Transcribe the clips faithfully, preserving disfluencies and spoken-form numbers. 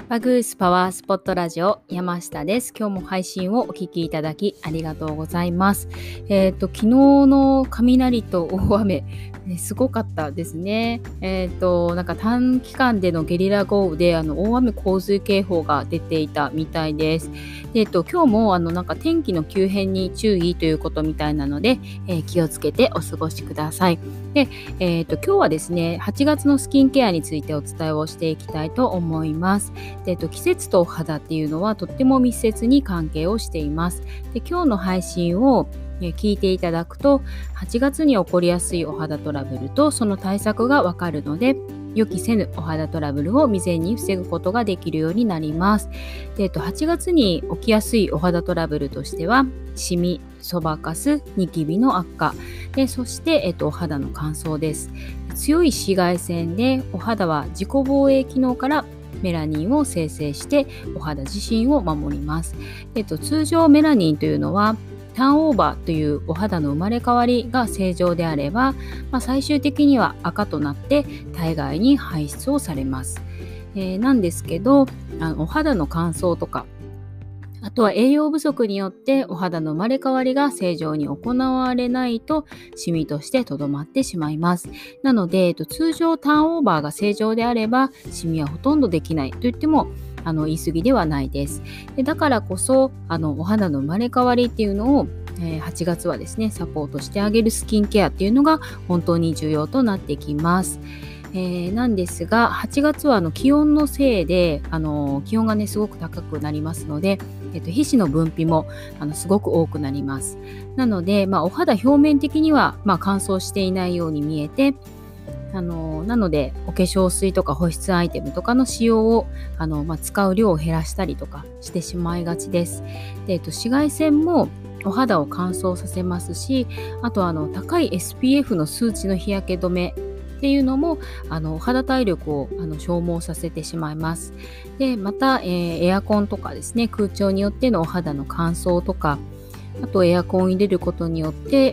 バグースパワースポットラジオ山下です。今日も配信をお聞きいただきありがとうございます。えっ、と昨日の雷と大雨、ね、すごかったですね。えっ、となんか短期間でのゲリラ豪雨であの大雨洪水警報が出ていたみたいです。でえっ、と今日もあのなんか天気の急変に注意ということみたいなので、えー気をつけてお過ごしください。で、えっ、と今日はですねはちがつのスキンケアについてお伝えをしていきたいと思います。でえっと、季節とお肌っていうのはとっても密接に関係をしています。で今日の配信をえ聞いていただくとはちがつに起こりやすいお肌トラブルとその対策がわかるので、予期せぬお肌トラブルを未然に防ぐことができるようになります。で、えっと、はちがつに起きやすいお肌トラブルとしてはシミ、そばかす、ニキビの悪化で、そして、えっと、お肌の乾燥です。強い紫外線でお肌は自己防衛機能からメラニンを生成してお肌自身を守ります。えっと、通常メラニンというのはターンオーバーというお肌の生まれ変わりが正常であれば、まあ、最終的には赤となって体外に排出をされます。えーなんですけどあのお肌の乾燥とか、あとは栄養不足によってお肌の生まれ変わりが正常に行われないとシミとしてとどまってしまいます。なので、えっと、通常ターンオーバーが正常であればシミはほとんどできないと言ってもあの言い過ぎではないです。でだからこそあのお肌の生まれ変わりっていうのを、えーはちがつはですねサポートしてあげるスキンケアっていうのが本当に重要となってきます。えーなんですがはちがつはあの気温のせいであの気温がねすごく高くなりますので、えっと、皮脂の分泌もあのすごく多くなります。なので、まあ、お肌表面的には、まあ、乾燥していないように見えて、あのなのでお化粧水とか保湿アイテムとかの使用をあの、まあ、使う量を減らしたりとかしてしまいがちです。で、えっと、紫外線もお肌を乾燥させますし、あとあの高い エスピーエフ の数値の日焼け止めっていうのもあのお肌体力をあの消耗させてしまいます。でまた、えーエアコンとかですね空調によってのお肌の乾燥とか、あとエアコンを入れることによって、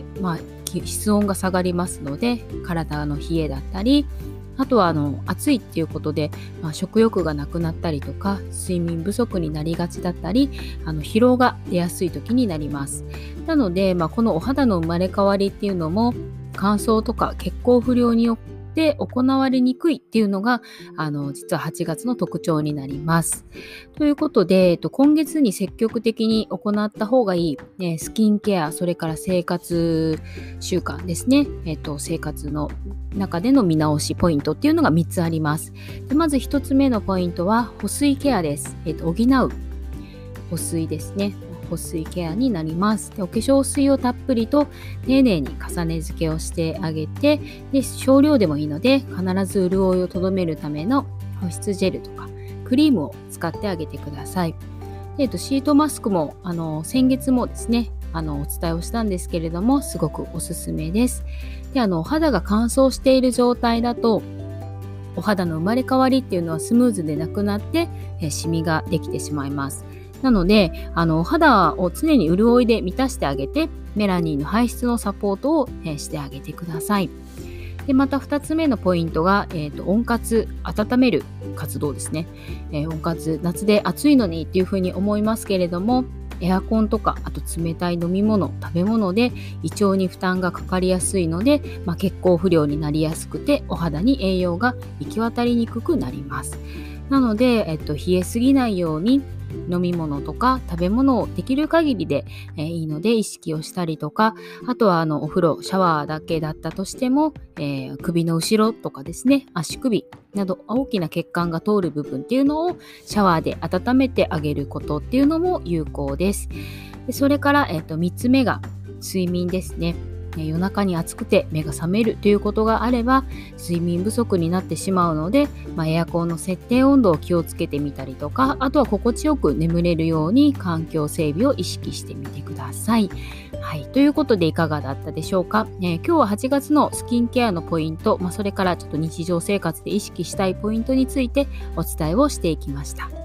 まあ、き室温が下がりますので体の冷えだったり、あとはあの暑いっていうことで、まあ、食欲がなくなったりとか睡眠不足になりがちだったり、あの疲労が出やすい時になります。なので、まあ、このお肌の生まれ変わりっていうのも乾燥とか血行不良によって行われにくいっていうのがあの実ははちがつの特徴になります。ということで、えっと、今月に積極的に行った方がいい、ね、スキンケア、それから生活習慣ですね、えっと、生活の中での見直しポイントっていうのがみっつあります。でまずひとつめのポイントは保水ケアです。えっと、補う保水ですね。保水ケアになります。でお化粧水をたっぷりと丁寧に重ね付けをしてあげて、で少量でもいいので必ず潤いをとどめるための保湿ジェルとかクリームを使ってあげてください。でえっと、シートマスクもあの先月もですねあのお伝えをしたんですけれどもすごくおすすめです。であのお肌が乾燥している状態だとお肌の生まれ変わりっていうのはスムーズでなくなってえシミができてしまいます。なのであのお肌を常に潤いで満たしてあげてメラニンの排出のサポートをえしてあげてください。でまたふたつめのポイントが、えーと、温活、温める活動ですね。えー温活、夏で暑いのにっていうふうに思いますけれども、エアコンとかあと冷たい飲み物、食べ物で胃腸に負担がかかりやすいので、まあ、血行不良になりやすくてお肌に栄養が行き渡りにくくなります。なので、えっと、冷えすぎないように飲み物とか食べ物をできる限りで、えーいいので意識をしたりとか、あとはあのお風呂シャワーだけだったとしても、えー首の後ろとかですね足首など大きな血管が通る部分っていうのをシャワーで温めてあげることっていうのも有効です。でそれから、えーと、みっつめが睡眠ですね。夜中に暑くて目が覚めるということがあれば睡眠不足になってしまうので、まあ、エアコンの設定温度を気をつけてみたりとか、あとは心地よく眠れるように環境整備を意識してみてください。はい、ということでいかがだったでしょうか。えー今日ははちがつのスキンケアのポイント、まあ、それからちょっと日常生活で意識したいポイントについてお伝えをしていきました。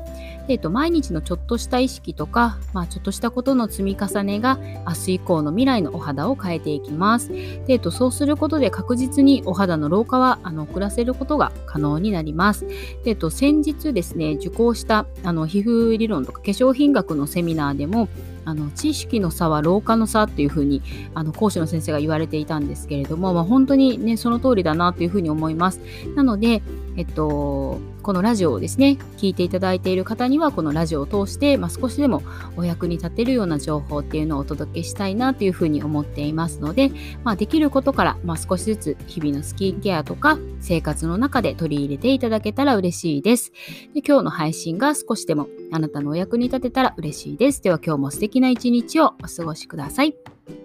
で、えっと、毎日のちょっとした意識とか、まあ、ちょっとしたことの積み重ねが明日以降の未来のお肌を変えていきます。で、えっと、そうすることで確実にお肌の老化はあの遅らせることが可能になります。で、えっと、先日ですね、受講したあの皮膚理論とか化粧品学のセミナーでも、あの知識の差は老化の差っていうふうにあの講師の先生が言われていたんですけれども、まあ、本当にねその通りだなというふうに思います。なので、えっと、このラジオをですね聞いていただいている方にはこのラジオを通して、まあ、少しでもお役に立てるような情報っていうのをお届けしたいなというふうに思っていますので、まあ、できることから、まあ、少しずつ日々のスキンケアとか生活の中で取り入れていただけたら嬉しいです。で、今日の配信が少しでもあなたのお役に立てたら嬉しいです。では今日も素敵な一日をお過ごしください。